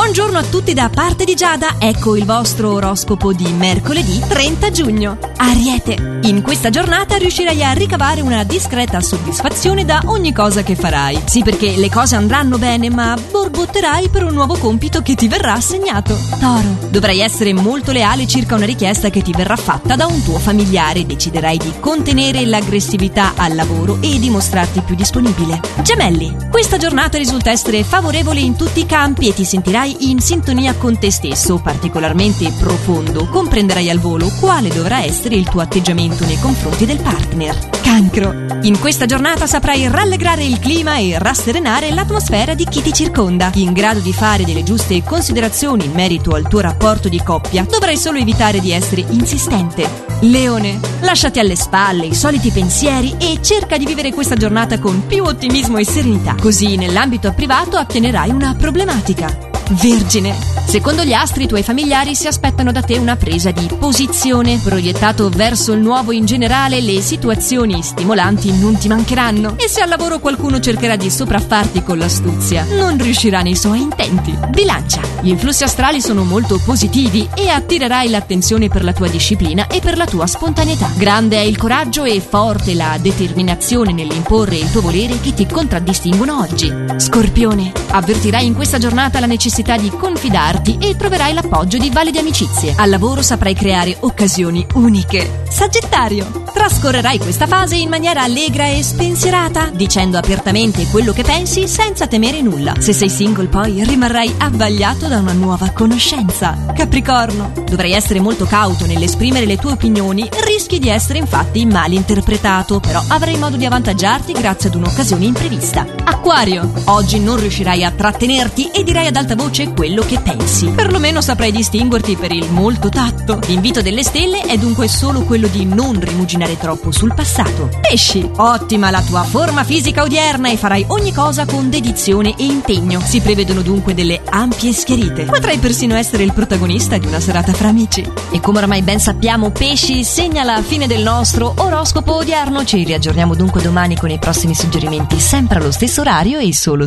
Buongiorno a tutti da parte di Giada, ecco il vostro oroscopo di mercoledì 30 giugno. Ariete, in questa giornata riuscirai a ricavare una discreta soddisfazione da ogni cosa che farai. Sì, perché le cose andranno bene, ma borbotterai per un nuovo compito che ti verrà assegnato. Toro, dovrai essere molto leale circa una richiesta che ti verrà fatta da un tuo familiare. Deciderai di contenere l'aggressività al lavoro e dimostrarti più disponibile. Gemelli, questa giornata risulta essere favorevole in tutti i campi e ti sentirai in sintonia con te stesso, particolarmente profondo. Comprenderai al volo quale dovrà essere il tuo atteggiamento nei confronti del partner. Cancro, in questa giornata saprai rallegrare il clima e rasserenare l'atmosfera di chi ti circonda. In grado di fare delle giuste considerazioni in merito al tuo rapporto di coppia, dovrai solo evitare di essere insistente. Leone, lasciati alle spalle i soliti pensieri e cerca di vivere questa giornata con più ottimismo e serenità. Così nell'ambito privato appianerai una problematica. Vergine, secondo gli astri i tuoi familiari si aspettano da te una presa di posizione. Proiettato verso il nuovo in generale, le situazioni stimolanti non ti mancheranno e se al lavoro qualcuno cercherà di sopraffarti con l'astuzia, non riuscirà nei suoi intenti. Bilancia, gli influssi astrali sono molto positivi e attirerai l'attenzione per la tua disciplina e per la tua spontaneità. Grande è il coraggio e forte la determinazione nell'imporre il tuo volere che ti contraddistinguono oggi. Scorpione, avvertirai in questa giornata la necessità di confidarti e troverai l'appoggio di valide amicizie. Al lavoro saprai creare occasioni uniche. Sagittario, trascorrerai questa fase in maniera allegra e spensierata, dicendo apertamente quello che pensi senza temere nulla. Se sei single poi rimarrai abbagliato da una nuova conoscenza. Capricorno, dovrai essere molto cauto nell'esprimere le tue opinioni, rischi di essere infatti mal interpretato, però avrai modo di avvantaggiarti grazie ad un'occasione imprevista. Acquario, oggi non riuscirai a trattenerti e dirai ad alta voce quello che pensi. Perlomeno saprai distinguerti per il molto tatto. L'invito delle stelle è dunque solo quello di non rimuginare troppo sul passato. Pesci, ottima la tua forma fisica odierna e farai ogni cosa con dedizione e impegno. Si prevedono dunque delle ampie schiarite. Potrai persino essere il protagonista di una serata fra amici. E come oramai ben sappiamo, Pesci segna la fine del nostro oroscopo odierno. Ci riaggiorniamo dunque domani con i prossimi suggerimenti, sempre allo stesso orario e solo